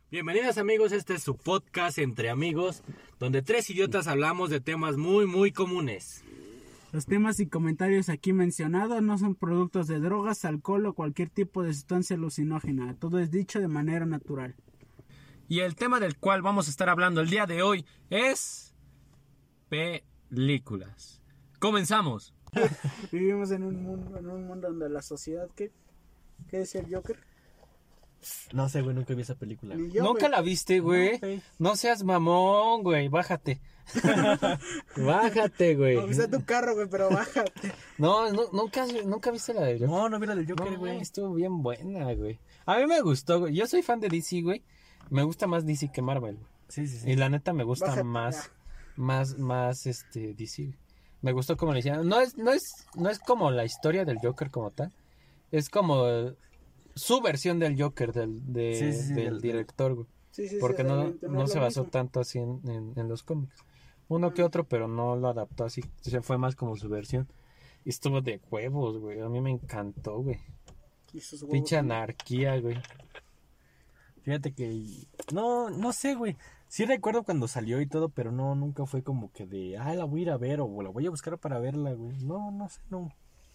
Bienvenidos amigos, este es su podcast Entre Amigos, donde tres idiotas hablamos de temas muy comunes. Los temas y comentarios aquí mencionados no son productos de drogas, alcohol o cualquier tipo de sustancia alucinógena. Todo es dicho de manera natural. Y el tema del cual vamos a estar hablando el día de hoy es películas. ¡Comenzamos! Vivimos en un mundo donde la sociedad, ¿qué decía el Joker? No sé, güey, nunca vi esa película. Ni yo, ¿Nunca güey. la viste, güey? No, güey. No seas mamón, güey. Bájate. Bájate, güey. Aunque sea tu carro, güey, pero bájate. Nunca viste la de Joker. No vi la del Joker, No, güey. estuvo bien buena, güey. A mí me gustó, güey. Yo soy fan de DC, güey. Me gusta más DC que Marvel, güey. Sí. Y la neta me gusta Bájate, más DC, güey. Me gustó como le hicieron. No es como la historia del Joker como tal. Es como su versión del Joker, del director, güey. Sí, Porque no realmente es se lo basó mismo. tanto así en los cómics. Uno que otro, pero no lo adaptó así. Se fue más como su versión. Y estuvo de huevos, güey. A mí me encantó, güey. Y sus huevos, Pinche ¿no? anarquía, güey. Fíjate que... No sé, güey. Sí recuerdo cuando salió y todo, pero nunca fue como que de... la voy a ir a ver o la voy a buscar para verla, güey. No sé, no.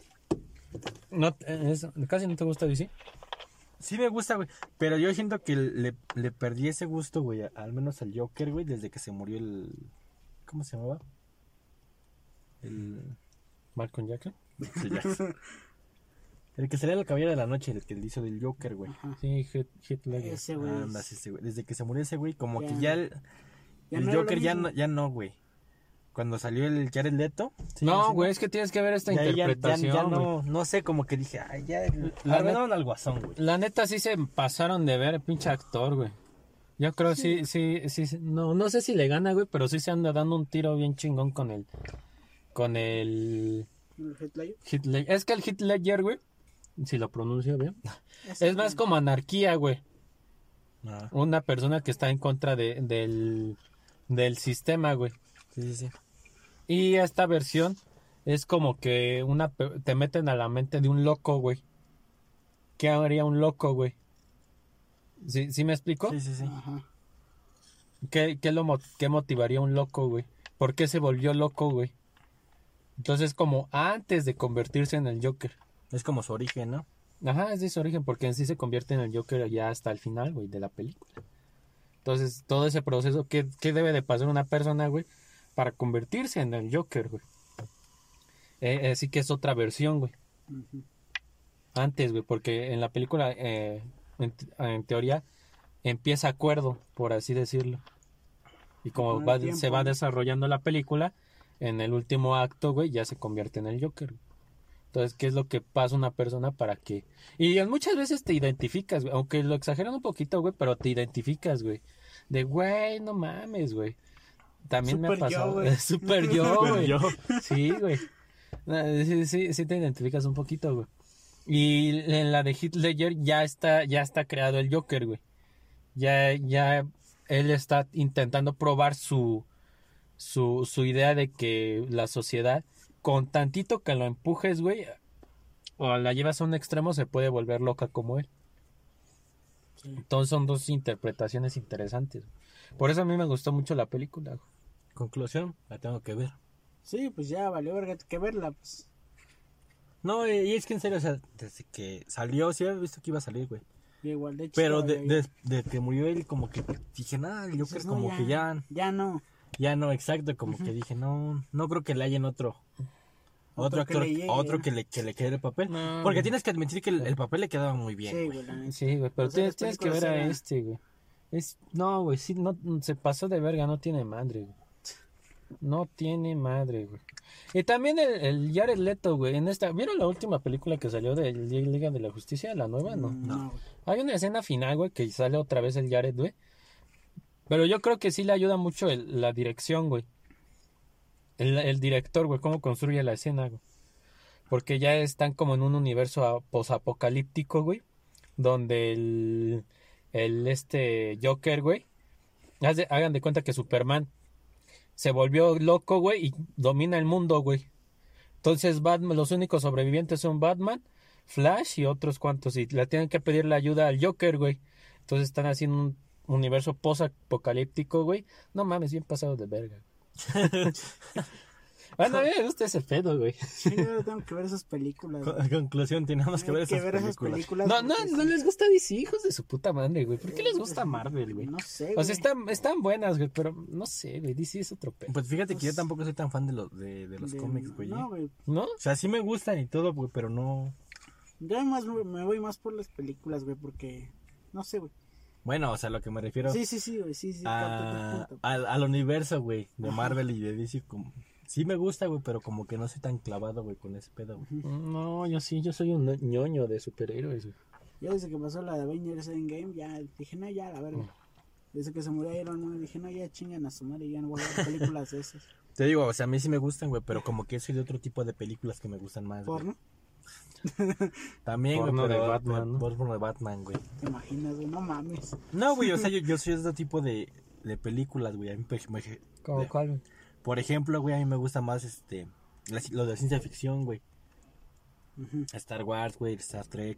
¿Casi no te gusta DC? Sí me gusta, güey. Pero yo siento que le perdí ese gusto, güey. Al menos al Joker, güey, desde que se murió el... ¿Cómo se llamaba? El... Malcolm Jackson. Sí, ya. El que salía la caballera de la noche, el que le hizo del Joker, güey. Sí, Heath Ledger. Ese, güey. Anda, sí, güey. Desde que se murió ese güey, como Ya. que ya el Ya no era Joker lo ya mismo. no, güey. Cuando salió el Jared Leto. No, güey, es que tienes que ver esta ya interpretación, güey. no sé, como que dije, ya La arruinaron al Guasón, güey. La neta sí se pasaron de ver, pinche actor, güey. Yo creo sí. No sé si le gana, güey, pero sí se anda dando un tiro bien chingón con el ¿El Headlayer? Heath Ledger. Es que el Heath Ledger, güey, si lo pronuncio bien, Ese, es más como anarquía, güey. Ah, Una persona que está en contra del sistema, güey. sí. Y esta versión es como que te meten a la mente de un loco, güey. ¿Qué haría un loco, güey? ¿Sí me explico? Sí. Ajá. ¿Qué motivaría a un loco, güey? ¿Por qué se volvió loco, güey? Entonces, como antes de convertirse en el Joker. Es como su origen, ¿no? Ajá, es de su origen, porque en sí se convierte en el Joker ya hasta el final, güey, de la película. Entonces, todo ese proceso, ¿qué debe de pasar una persona, güey, para convertirse en el Joker, güey? Así que es otra versión, güey. Ujú. Antes, güey, porque en la película, en teoría, empieza acuerdo, por así decirlo. Y como Con el tiempo, se va ¿no? desarrollando la película, en el último acto, güey, ya se convierte en el Joker. Entonces, ¿qué es lo que pasa una persona para que... Y muchas veces te identificas, güey, aunque lo exageran un poquito, güey, pero te identificas, güey. De, güey, no mames, güey. También me ha Super yo, pasado. güey. Super yo, güey. yo. Sí, güey. Sí te identificas un poquito, güey. Y en la de Heath Ledger ya está creado el Joker, güey. Ya él está intentando probar su idea de que la sociedad, con tantito que lo empujes, güey, o la llevas a un extremo, se puede volver loca como él. Sí. Entonces son dos interpretaciones interesantes. Por eso a mí me gustó mucho la película, güey. Conclusión, la tengo que ver. Sí, pues ya valió verga, hay que verla, pues. No, y es que en serio, o sea, desde que salió, sí había visto que iba a salir, güey. Y igual, de hecho. Pero estaba yo ahí. de que murió él, como que dije, nada, el Joker Dices, no, como que ya no. Exacto, como que dije, no creo que le hayan otro Otro que actor, le llegue, otro ¿no? que le quede el papel. No, Porque güey. tienes que admitir que el papel le quedaba muy bien, Sí, güey. güey, la neta. Sí, güey, pero O sea, las tienes que películas ver a eran- este, güey. No, güey, sí, no, se pasó de verga, no tiene madre, güey. No tiene madre, güey. Y también el Jared Leto, güey, ¿vieron la última película que salió de Liga de la Justicia, la nueva? No. No, güey. Hay una escena final, güey, que sale otra vez el Jared, güey. Pero yo creo que sí le ayuda mucho la dirección, güey. El director, güey, cómo construye la escena, güey. Porque ya están como en un universo posapocalíptico, güey. Donde el Joker, güey. Hagan de cuenta que Superman se volvió loco, güey, y domina el mundo, güey. Entonces los únicos sobrevivientes son Batman, Flash y otros cuantos. Y le tienen que pedir la ayuda al Joker, güey. Entonces están haciendo universo post-apocalíptico, güey. No mames, bien pasado de verga. Bueno, a mí me gusta ese pedo, güey. Sí, yo tengo que ver esas películas. güey. Conclusión, tenemos que ver esas películas. No, no, porque no sí. les gusta DC, hijos de su puta madre, güey. ¿Por qué les gusta Marvel, güey? No sé, O sea, güey. están buenas, güey, pero no sé, güey. DC es otro pedo. Pues fíjate que yo tampoco soy tan fan de los cómics, güey. No, güey. ¿No? O sea, sí me gustan y todo, güey, pero no... Yo más me voy más por las películas, güey, porque... No sé, güey. Bueno, o sea, lo que me refiero Sí, güey, sí, capto tu punto. al universo, güey, de Marvel y de DC, como... Sí me gusta, güey, pero como que no soy tan clavado, güey, con ese pedo, güey. No, yo soy un ñoño de superhéroes, güey. Yo desde que pasó la de Avengers Endgame, ya dije, no, ya, la verga. Desde que se murió Iron Man, dije, no, ya chingan a su madre, ya no voy a ver películas de esas. Te digo, o sea, a mí sí me gustan, güey, pero como que soy de otro tipo de películas que me gustan más, güey. ¿Porno? También, güey, Porno de pero Batman, ¿no? porno de Batman, güey. ¿Te imaginas, güey? No mames. No, güey, o sea, yo soy de otro tipo de películas, güey. A mí, ¿Cómo cuál, güey? por ejemplo, güey, a mí me gusta más, lo de ciencia ficción, güey. Star Wars, güey, Star Trek,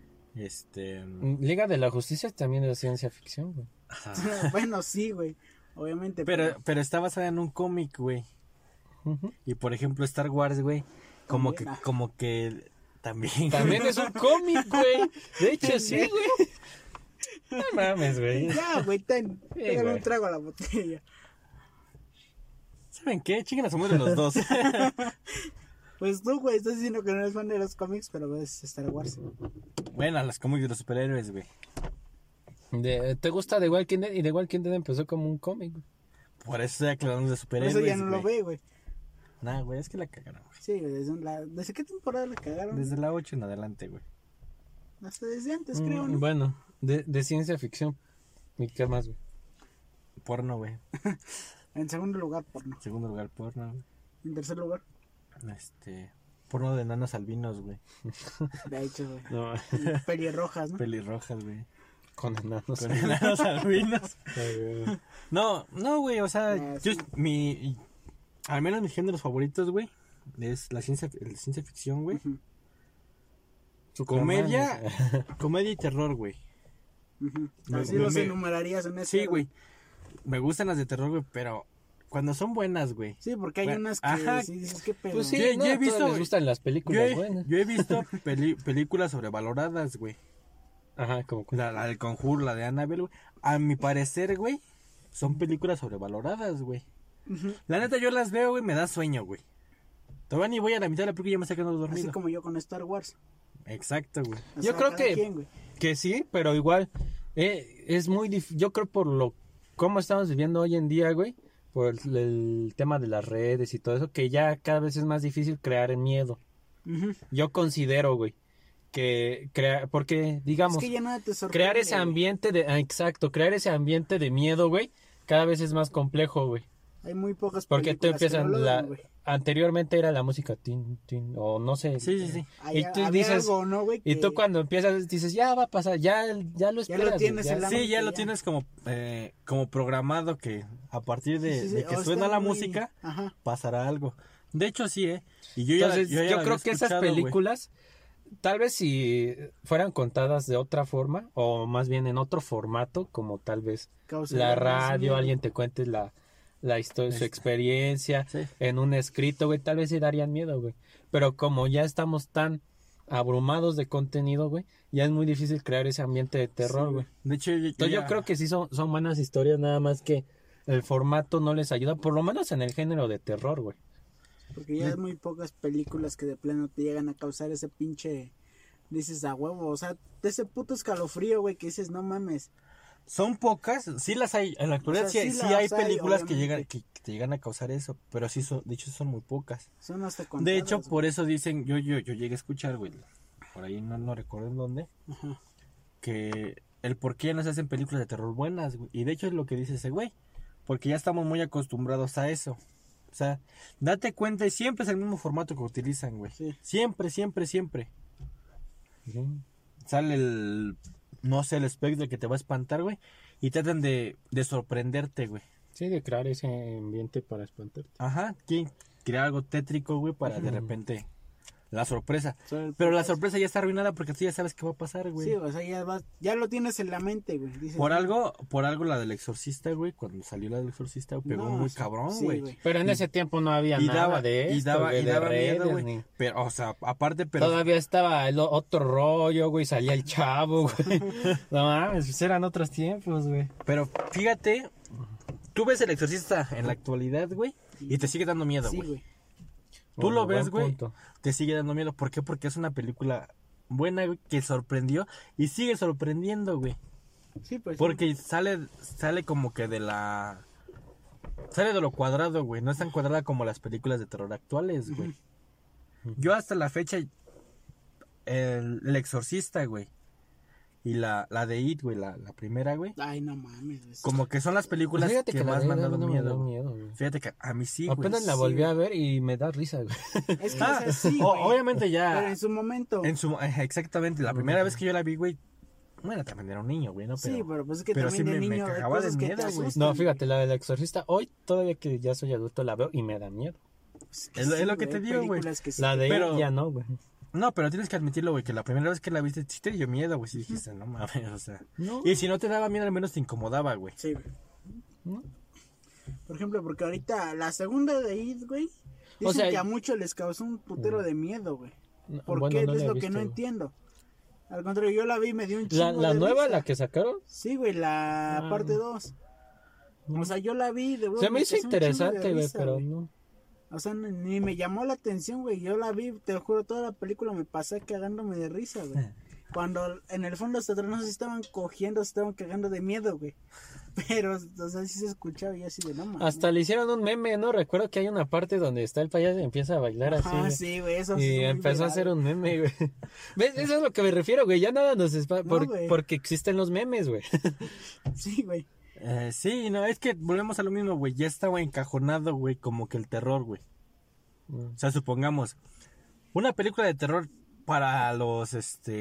Liga de la Justicia también es de ciencia ficción, güey. ajá. Bueno, sí, güey. Obviamente. Pero está basada en un cómic, güey. Ujú. Y por ejemplo, Star Wars, güey, como También, que también. También es un cómic, güey. De hecho, sí, güey. No mames, güey. Ya, güey, pégale güey. un trago a la botella. ¿Saben qué? Chinguen a su madre los dos. Pues tú, güey, estás diciendo que no eres fan de los cómics, pero ves Star Wars. Bueno, las cómics de los superhéroes, güey. ¿Te gusta The Walking Dead? Y The Walking Dead empezó como un cómic, güey. Por eso estoy aclarando de Por superhéroes. eso ya no lo güey. ve, güey. Nah, güey, es que la cagaron, güey. Sí, güey, ¿desde qué temporada la cagaron? Desde la 8 en adelante, güey. Hasta desde antes, creo, ¿no? Bueno, de ciencia ficción. ¿Y qué más, güey? Porno, güey. En segundo lugar, porno. En segundo lugar, porno, güey. En tercer lugar, Porno de nanos albinos, güey. de hecho, güey. No, Y pelirrojas, ¿no? Pelirrojas, güey. con enanos. Con enanos albinos. No, güey, o sea, Ah, yo, sí. al menos mis géneros favoritos, güey, es la ciencia ficción, güey. Ujú, Comedia y terror, güey. ujú. Me- Así me- los me- enumerarías en ese Sí, orden. güey. Me gustan las de terror, güey, pero cuando son buenas, güey. Sí, porque hay Bueno, unas que ajá. sí dices, qué pedo. Pues sí, Yo no, he a todos visto, les güey. gustan las Yo películas he, buenas. yo he visto películas sobrevaloradas, güey. Ajá, como La del Conjuro, la de Annabelle, güey. A mi parecer, güey, son películas sobrevaloradas, güey. Ujú. La neta, yo las veo, güey, me da sueño, güey. Todavía ni voy a la mitad de la película y ya me está quedando dormido. Así como yo con Star Wars. Exacto, güey. O Yo sea, creo cada que- quien, güey. que sí, pero igual es muy difícil. Yo creo por lo cómo estamos viviendo hoy en día, güey, por el tema de las redes y todo eso, que ya cada vez es más difícil crear el miedo. Ujú. Yo considero, güey, que porque digamos Es que ya nada te sorprende. crear ese güey. ambiente exacto, crear ese ambiente de miedo, güey, cada vez es más complejo, güey. Hay muy pocas Porque tú películas que empiezas lo logran, güey. anteriormente era la música tin tin o no sé. Sí. Ahí Y tú había dices algo, ¿no, güey? y que- tú cuando empiezas dices, ya va a pasar, ya lo esperas. tienes güey, en la- Sí, ya que lo ya- tienes como programado que a partir de, Sí, de que o suena está la muy- música, Ajá. pasará algo. De hecho, sí, Y yo ya Entonces, yo ya yo la creo había que esas escuchado, güey. películas, tal vez si fueran contadas de otra forma, o más bien en otro formato, como tal vez Causaría la más radio, miedo. alguien te cuente la historia, su experiencia, Sí. en un escrito, güey, tal vez sí darían miedo, güey. Pero como ya estamos tan abrumados de contenido, güey, ya es muy difícil crear ese ambiente de terror, Sí, güey. De hecho, Entonces yo creo que sí son buenas historias, nada más que el formato no les ayuda, por lo menos en el género de terror, güey. Porque ya hay muy pocas películas que de plano te llegan a causar ese pinche... Dices, a huevo, o sea, de ese puto escalofrío, güey, que dices, no mames. son pocas, sí las hay, en la actualidad O sea, sí, sí sí las hay hay, películas que obviamente. te llegan a causar eso, pero sí son, de hecho son muy pocas. Son hasta contadas. De hecho, güey. por eso dicen, yo llegué a escuchar, güey, por ahí no recuerdo en dónde, Ajá. que el por qué ya no se hacen películas de terror buenas, güey. Y de hecho es lo que dice ese güey, porque ya estamos muy acostumbrados a eso. O sea, date cuenta y siempre es el mismo formato que utilizan, güey. Sí. Siempre. Sale no sé, el espectro que te va a espantar, güey. Y tratan de sorprenderte, güey. Sí, de crear ese ambiente para espantarte. Ajá, ¿quién crea algo tétrico, güey, para de repente la sorpresa. Sorpresa. Pero la sorpresa ya está arruinada porque tú ya sabes qué va a pasar, güey. Sí, o sea, ya lo tienes en la mente, güey. Dices, Por algo la del Exorcista, güey, cuando salió la del Exorcista, pegó no, muy sí, cabrón, sí, güey. Pero en ese tiempo no había nada de esto, y daba güey, de miedo, redes, güey. ni- Pero, o sea, aparte, pero Todavía estaba el otro rollo, güey, salía el chavo, güey. No mames, pues eran otros tiempos, güey. Pero fíjate, tú ves el Exorcista en la actualidad, güey, y te sigue dando miedo, Sí, güey. güey. Tú lo Buen ves, güey, punto. te sigue dando miedo. ¿Por qué? Porque es una película buena, güey, que sorprendió y sigue sorprendiendo, güey. Sí, pues. Porque sale como que sale de lo cuadrado, güey. No es tan cuadrada como las películas de terror actuales, güey. Yo hasta la fecha, el Exorcista, güey, y la de It, güey, la primera, güey, Ay, no mames, güey. como que son las películas Fíjate que la más de me han It dado no me miedo, dio güey. miedo, güey. Fíjate que a mí sí, güey. Apenas la sí, volví güey. a ver y me da risa, güey. Es que, o sea, sí, güey. Obviamente Pero ya, en su momento. exactamente, la primera vez que yo la vi, güey, bueno, también era un niño, güey, ¿no? Sí, pero pues es que pero también sí de me niño hay cagaba de cosas que te miedo, güey. asustan. No, fíjate, la del Exorcista, hoy todavía que ya soy adulto la veo y me da miedo. Es lo que güey, te hay digo, güey. películas que sí La te- de Pero- ella no, güey. No, pero tienes que admitirlo, güey, que la primera vez que la viste sí te dio miedo, güey, sí dijiste, no mames, o sea. No. Y si no te daba miedo, al menos te incomodaba, güey. Sí, güey. ¿No? Por ejemplo, porque ahorita la segunda de It, güey, dicen sea, que a muchos les causó un putero de miedo, güey. No, ¿Por bueno, qué? no Es la he lo que visto, no güey. entiendo. Al contrario, yo la vi y me dio un chingo La de nueva, risa. la que sacaron, Sí, güey, la Ah. parte 2. O sea, yo la vi de se me hizo causó un chingo de interesante, güey, risa, pero güey. no. O sea, ni me llamó la atención, güey. Yo la vi, te juro, toda la película me pasé cagándome de risa, güey. Cuando en el fondo hasta atrás no se estaban cogiendo, se estaban cagando de miedo, güey. Pero, o sea, sí se escuchaba y así de no mames. Hasta le hicieron un meme, ¿no? Recuerdo que hay una parte donde está el payaso y empieza a bailar así, Ah, güey. sí, güey, eso sí Y es muy empezó a viral. hacer un meme, güey. ¿Ves? Eso es a lo que me refiero, güey. Ya nada nos güey. porque existen los memes, güey. Sí, güey. Sí, no, es que volvemos a lo mismo, güey, ya estaba encajonado, güey, como que el terror, güey. O sea, supongamos, una película de terror para los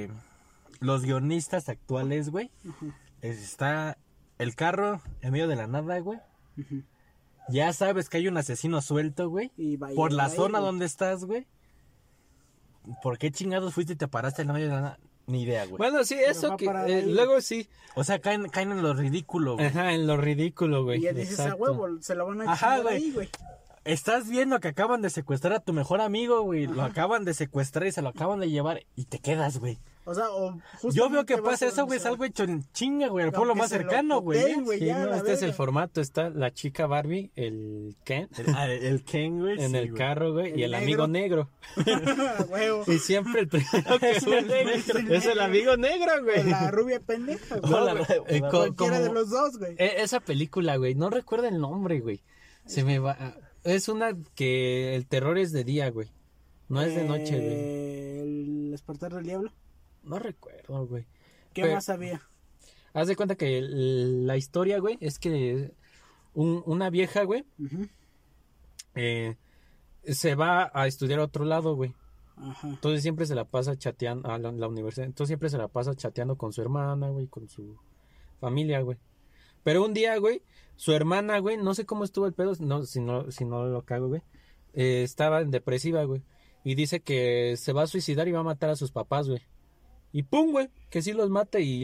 guionistas actuales, güey, está el carro en medio de la nada, güey. Ya sabes que hay un asesino suelto, güey. Y vaya Por la ahí, zona güey. donde estás, güey. ¿Por qué chingados fuiste y te paraste en medio de la nada? Ni idea, güey. Bueno, sí, Pero eso va que para ahí. luego sí. O sea, caen en lo ridículo, güey. Ajá, en lo ridículo, güey. Y ya dices a Exacto. huevo, se lo van a Ajá, chingar güey. ahí, güey. Estás viendo que acaban de secuestrar a tu mejor amigo, güey. Lo acaban de secuestrar y se lo acaban de llevar y te quedas, güey. O sea, o Yo veo justamente que vas pasa a eso, güey, donde salgo hecho en chinga, güey, al Aunque pueblo más se lo cercano, güey. puteen, güey, Sí, ya, no, la este es el verga. formato. Está la chica Barbie, el Ken, El Ken, güey. en sí, el güey. carro, güey, y El el amigo negro. Huevo. Y siempre el primero que sube es el amigo negro, O güey. la rubia pendeja, güey. No, la- Cualquiera de los dos, güey. Esa película, güey, no recuerdo el nombre, güey. Se me va. Es una que el terror es de día, güey. No es de noche, güey. El despertar del diablo. No recuerdo, güey. ¿Qué Pero- más había? Haz de cuenta que la historia, güey, es que una vieja, güey, Ujú. se va a estudiar a otro lado, güey. Ajá. Entonces siempre se la pasa chateando a la universidad. Entonces siempre se la pasa chateando con su hermana, güey, con su familia, güey. Pero un día, güey, su hermana, güey, no sé cómo estuvo el pedo, no, si no lo cago, güey. Estaba en depresiva, güey. Y dice que se va a suicidar y va a matar a sus papás, güey. Y pum, güey, que sí los mata y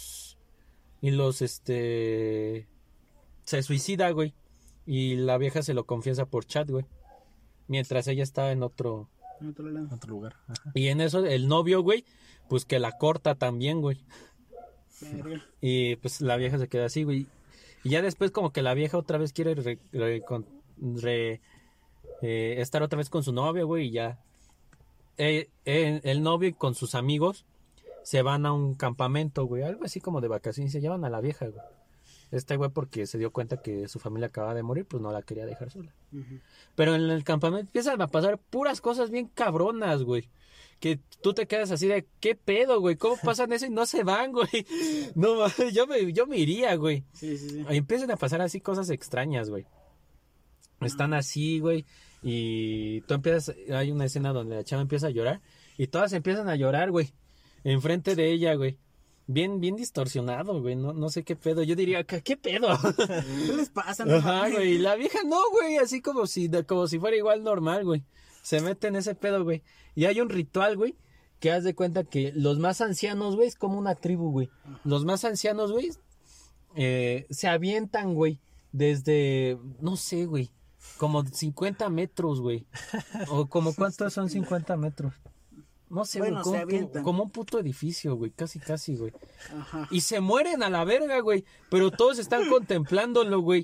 se suicida, güey. Y la vieja se lo confiesa por chat, güey. Mientras ella estaba en otro. En otro lado. En otro lugar. Ajá. Y en eso el novio, güey, pues que la corta también, güey. Verga. Y pues la vieja se queda así, güey. Y ya después como que la vieja otra vez quiere estar otra vez con su novio, güey, y ya. El novio con sus amigos se van a un campamento, güey, algo así como de vacaciones, y se llevan a la vieja, güey. Este güey porque se dio cuenta que su familia acaba de morir, pues no la quería dejar sola. Ujú. Pero en el campamento empiezan a pasar puras cosas bien cabronas, güey. Que tú te quedas así de, ¿qué pedo, güey? ¿Cómo pasan eso y no se van, güey? No, mames, yo me iría, güey. Sí, sí, sí. Ahí empiezan a pasar así cosas extrañas, güey. Están así, güey. Y tú empiezas, hay una escena donde la chava empieza a llorar. Y todas empiezan a llorar, güey. Enfrente de ella, güey. Bien distorsionado, güey. No sé qué pedo. Yo diría, ¿qué pedo? ¿Qué les pasa? No Ajá, mames. güey. Y la vieja no, güey. Así como si fuera igual normal, güey. Se mete en ese pedo, güey. Y hay un ritual, güey, que haz de cuenta que los más ancianos, güey, es como una tribu, güey. Los más ancianos, güey, se avientan, güey, desde, no sé, güey, como 50 metros, güey. O como, ¿cuántos son 50 metros? No sé, Bueno, güey, se avientan. como un puto edificio, güey, casi, güey. Ajá. Y se mueren a la verga, güey. Pero todos están contemplándolo, güey.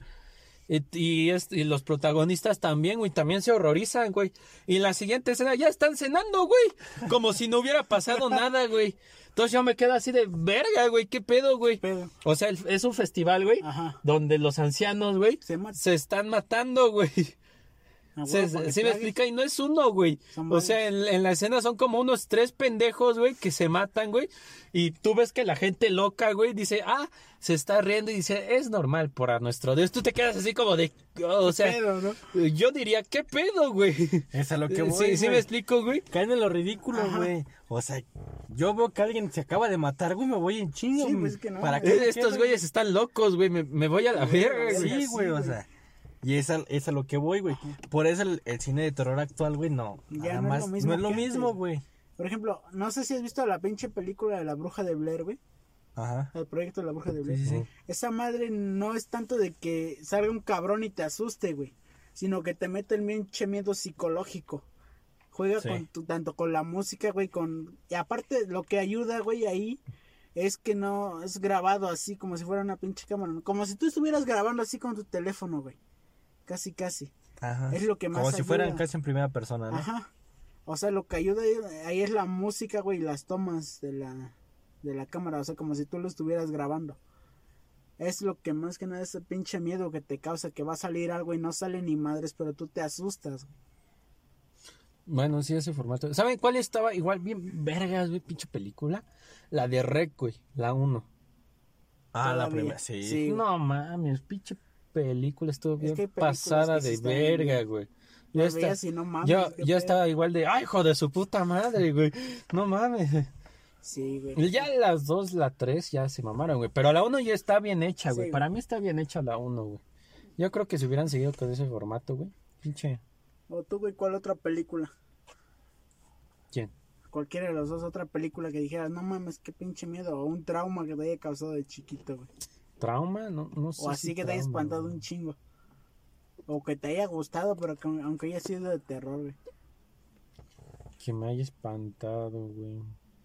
Y los protagonistas también, güey, también se horrorizan, güey. Y en la siguiente escena ya están cenando, güey. Como si no hubiera pasado nada, güey. Entonces yo me quedo así de verga, güey, ¿qué pedo, güey? Pedo. O sea, es un festival, güey, Ajá. donde los ancianos, güey, Se matan. se están matando, güey. A huevo, ¿Sí para que me trague. explica? Y no es uno, güey. Son O sea, en la escena son como unos 3 pendejos, güey, que se matan, güey. Y tú ves que la gente loca, güey, dice, se está riendo y dice, es normal para nuestro Dios. Tú te quedas así como de, o sea, Pedo, ¿no? yo diría, ¿qué pedo, güey? Es a lo que voy, Sí, sí güey. me explico, güey. Caen en lo ridículo, güey. O sea, yo veo que alguien se acaba de matar, güey, me voy en chingo. Sí, pues, que no, ¿Para güey. qué me Estos quedo, güeyes están locos, güey. Me voy a la verga, güey. Sí, güey, o sea. Y es a lo que voy, güey. Por eso el cine de terror actual, güey, no. Ya Nada no es más. lo mismo No es lo que mismo, antes. güey. Por ejemplo, no sé si has visto la pinche película de la bruja de Blair, güey. Ajá. El proyecto de la bruja de Blair. Sí, sí, sí. Esa madre no es tanto de que salga un cabrón y te asuste, güey. Sino que te mete el pinche miedo psicológico. Juega Sí. tanto con la música, güey, y aparte lo que ayuda, güey, ahí es que no es grabado así como si fuera una pinche cámara, ¿no? Como si tú estuvieras grabando así con tu teléfono, güey. Casi. Ajá. Es lo que más Como si fueran ayuda. casi en primera persona, ¿no? Ajá. O sea, lo que ayuda ahí es la música, güey, y las tomas de la cámara. O sea, como si tú lo estuvieras grabando. Es lo que más que nada es el pinche miedo que te causa, que va a salir algo y no sale ni madres, pero tú te asustas, güey. Bueno, sí, ese formato. ¿Saben cuál estaba igual bien vergas, güey, pinche película? La de Rec, güey, la 1. Ah, la Todavía. primera, sí. Sí. No mames, pinche película estuvo bien que hay películas pasada que sí de están verga, bien. güey. Las veías y no mames, yo qué pedo. estaba igual de, ay, hijo de su puta madre, güey. No mames. Sí, güey. Y ya las 2, la 3 ya se mamaron, güey. Pero la 1 ya está bien hecha, güey. Sí, Para mí está bien hecha la 1, güey. Yo creo que si hubieran seguido con ese formato, güey. Pinche. O tú, güey, ¿cuál otra película? ¿Quién? Cualquiera de los dos, otra película que dijeras, no mames, qué pinche miedo. O un trauma que te haya causado de chiquito, güey. ¿Trauma? No sé. O así si que te haya trauma, espantado güey. un chingo. O que te haya gustado, pero que aunque haya sido de terror, güey. Que me haya espantado, güey.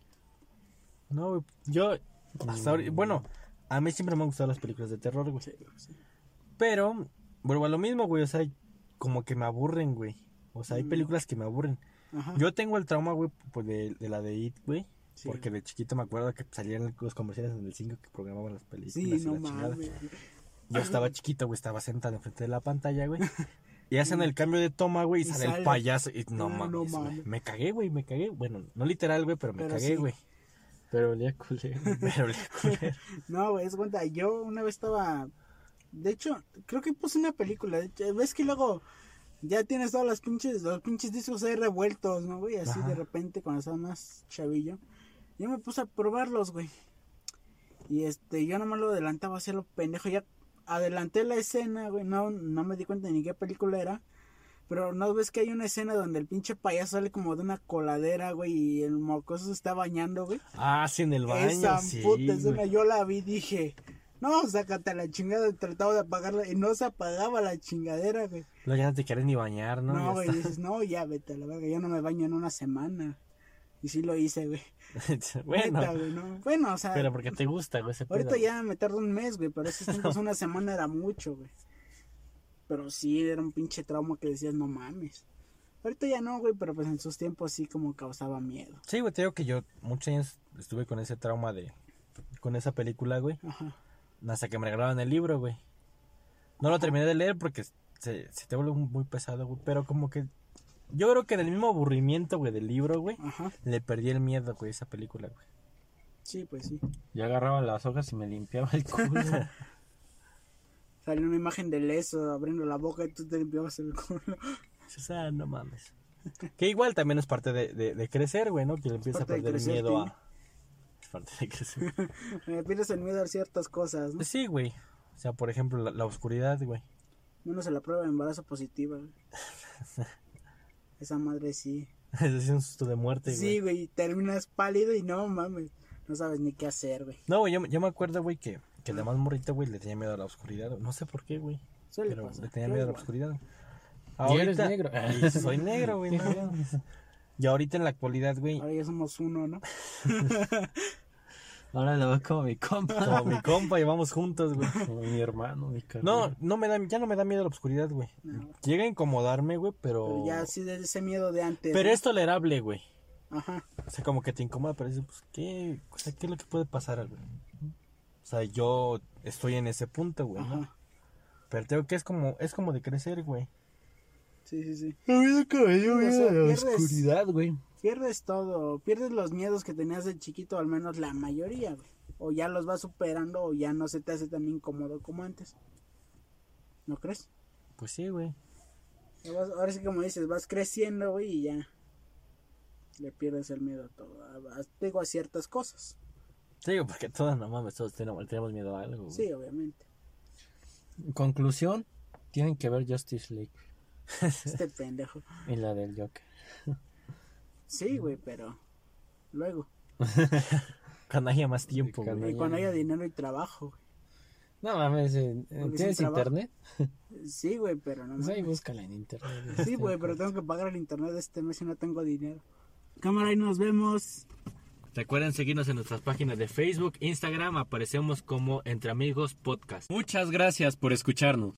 No, güey. Yo, hasta ahorita, bueno, a mí siempre me han gustado las películas de terror, güey. Sí. Pero, vuelvo a lo mismo, güey. O sea, como que me aburren, güey. O sea, hay películas que me aburren. Ajá. Yo tengo el trauma, güey, pues de la de It, güey. Sí. Porque de chiquito me acuerdo que salían los comerciales en el 5 que programaban las películas. Sí, y no la chingada. mames. Yo estaba chiquito, güey, estaba sentado enfrente de la pantalla, güey. Y hacen el cambio de toma, güey, y Y sale sale. el payaso. Y No no mames, güey. mames. Me cagué, güey, me cagué. Bueno, no literal, güey, pero me Pero cagué, sí. güey. Pero olía culero. Pero le culero. No, güey, es cuenta, yo una vez estaba... De hecho, creo que puse una película. De hecho, ves que luego ya tienes todos los pinches discos ahí revueltos, ¿no, güey? Así Ajá. de repente cuando estaba más chavillo. Yo me puse a probarlos, güey. Y yo nomás lo adelantaba hacia lo pendejo. Ya adelanté la escena, güey. No me di cuenta ni qué película era. Pero no ves que hay una escena donde el pinche payaso sale como de una coladera, güey. Y el mocoso se está bañando, güey. Ah, sí, en el baño, Esa sí, puta escena, güey. yo la vi, dije, no, sácate a la chingada, trataba de apagarla y no se apagaba la chingadera, güey. Luego ya no te quieres ni bañar, ¿no? No, Ya güey, está. dices, no, ya vete a la verga, yo no me baño en una semana. Y sí lo hice, güey. Bueno, Neta, güey, no. Bueno, o sea, pero porque te gusta, güey, ese ahorita pedo. ya me tardo un mes, güey, pero esos tiempos una semana era mucho, güey. Pero sí, era un pinche trauma que decías, no mames. Ahorita ya no, güey, pero pues en sus tiempos sí como causaba miedo. Sí, güey, te digo que yo muchos años estuve con ese trauma con esa película, güey. Ajá. Hasta que me regalaron el libro, güey. No lo terminé de leer porque se te vuelve muy pesado, güey. Pero como que yo creo que en el mismo aburrimiento, güey, del libro, güey, Ajá. le perdí el miedo, güey, a esa película, güey. Sí, pues sí. Yo agarraba las hojas y me limpiaba el culo. Salió una imagen del eso abriendo la boca y tú te limpiabas el culo. O sea, no mames. Que igual también es parte de crecer, güey, ¿no? Que le empieza a parte de perder el crecer, miedo sí. a... Es parte de crecer. Pierdes el miedo a ciertas cosas, ¿no? Pues sí, güey. O sea, por ejemplo, la oscuridad, güey. Menos en la prueba de embarazo positiva, güey. Esa madre sí. Es un susto de muerte, güey. Sí, güey, terminas pálido y no mames, no sabes ni qué hacer, güey. No, güey, yo me acuerdo, güey, que de más morrita, güey, le tenía miedo a la oscuridad. No sé por qué, güey. Suele Pero pasar, le tenía yo miedo a la igual. oscuridad. ¿Y eres negro? Y soy negro, güey. No. Y ahorita en la actualidad, güey, Ahora ya somos uno, ¿no? Ahora lo veo como mi compa. como mi compa, y vamos juntos, güey. Como mi hermano, mi carnal. No, ya no me da miedo la oscuridad, güey. No. Llega a incomodarme, güey, Pero ya sí de ese miedo de antes. Pero ¿no? es tolerable, güey. Ajá. O sea, como que te incomoda, pero dices, pues, ¿qué? O sea, ¿qué es lo que puede pasar, güey? O sea, yo estoy en ese punto, güey, ¿no? Ajá. Pero tengo que es como de crecer, güey. Sí. A mí nunca me dio miedo la Oscuridad, güey. Pierdes todo, pierdes los miedos que tenías de chiquito, al menos la mayoría, güey. O ya los vas superando o ya no se te hace tan incómodo como antes. ¿No crees? Pues sí, güey. Ahora sí, como dices, vas creciendo, güey, y ya le pierdes el miedo a todo. Digo, a ciertas cosas. Sí, porque todos, no mames, todos tenemos miedo a algo, güey. Sí, obviamente. Conclusión, tienen que ver Justice League Este pendejo. y la del Joker. Sí, güey, pero luego. Cuando haya más tiempo, Cuando güey. Y cuando haya dinero y trabajo, güey. No mames, Porque ¿tienes sin trabajo. internet? Sí, güey, pero no Pues ahí mames. búscala en internet. Sí, güey, pero tengo que pagar el internet este mes y no tengo dinero. Cámara, ahí nos vemos. Recuerden seguirnos en nuestras páginas de Facebook, Instagram, aparecemos como Entre Amigos Podcast. Muchas gracias por escucharnos.